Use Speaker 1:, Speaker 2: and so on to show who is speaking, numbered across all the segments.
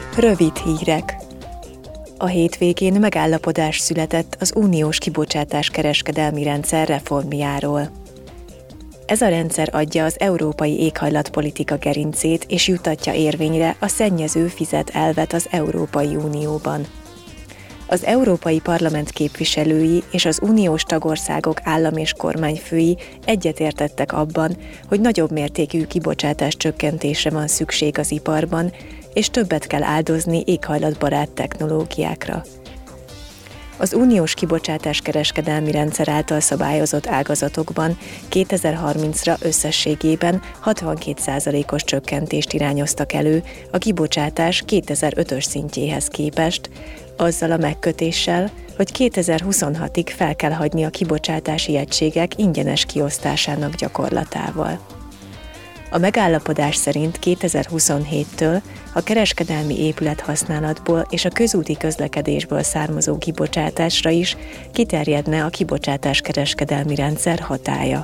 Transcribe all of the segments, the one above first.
Speaker 1: Rövid hírek. A hétvégén megállapodás született az uniós kibocsátáskereskedelmi rendszer reformjáról. Ez a rendszer adja az európai éghajlatpolitika gerincét és juttatja érvényre a szennyező fizet elvet az Európai Unióban. Az Európai Parlament képviselői és az uniós tagországok állam- és kormányfői egyetértettek abban, hogy nagyobb mértékű kibocsátás csökkentésre van szükség az iparban, és többet kell áldozni éghajlatbarát technológiákra. Az uniós kibocsátáskereskedelmi rendszer által szabályozott ágazatokban 2030-ra összességében 62%-os csökkentést irányoztak elő a kibocsátás 2005-ös szintjéhez képest, azzal a megkötéssel, hogy 2026-ig fel kell hagyni a kibocsátási egységek ingyenes kiosztásának gyakorlatával. A megállapodás szerint 2027-től a kereskedelmi épülethasználatból és a közúti közlekedésből származó kibocsátásra is kiterjedne a kibocsátáskereskedelmi rendszer hatálya.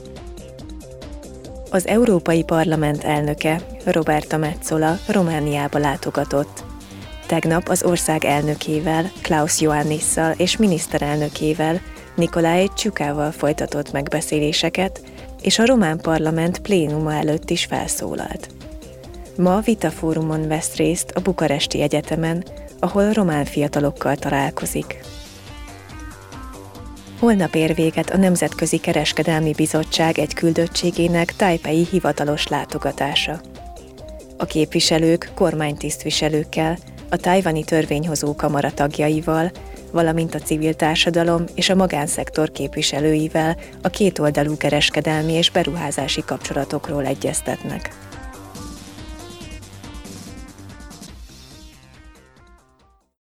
Speaker 1: Az Európai Parlament elnöke, Roberta Metsola Romániába látogatott. Tegnap az ország elnökével, Klaus Ioannissal és miniszterelnökével, Nicolae Ciucával folytatott megbeszéléseket, és a román parlament plénuma előtt is felszólalt. Ma vitafórumon vesz részt a Bukaresti Egyetemen, ahol román fiatalokkal találkozik. Holnap ér véget a Nemzetközi Kereskedelmi Bizottság egy küldöttségének Tajpei hivatalos látogatása. A képviselők kormánytisztviselőkkel, a tajvani törvényhozó kamara tagjaival, valamint a civil társadalom és a magánszektor képviselőivel a kétoldalú kereskedelmi és beruházási kapcsolatokról egyeztetnek.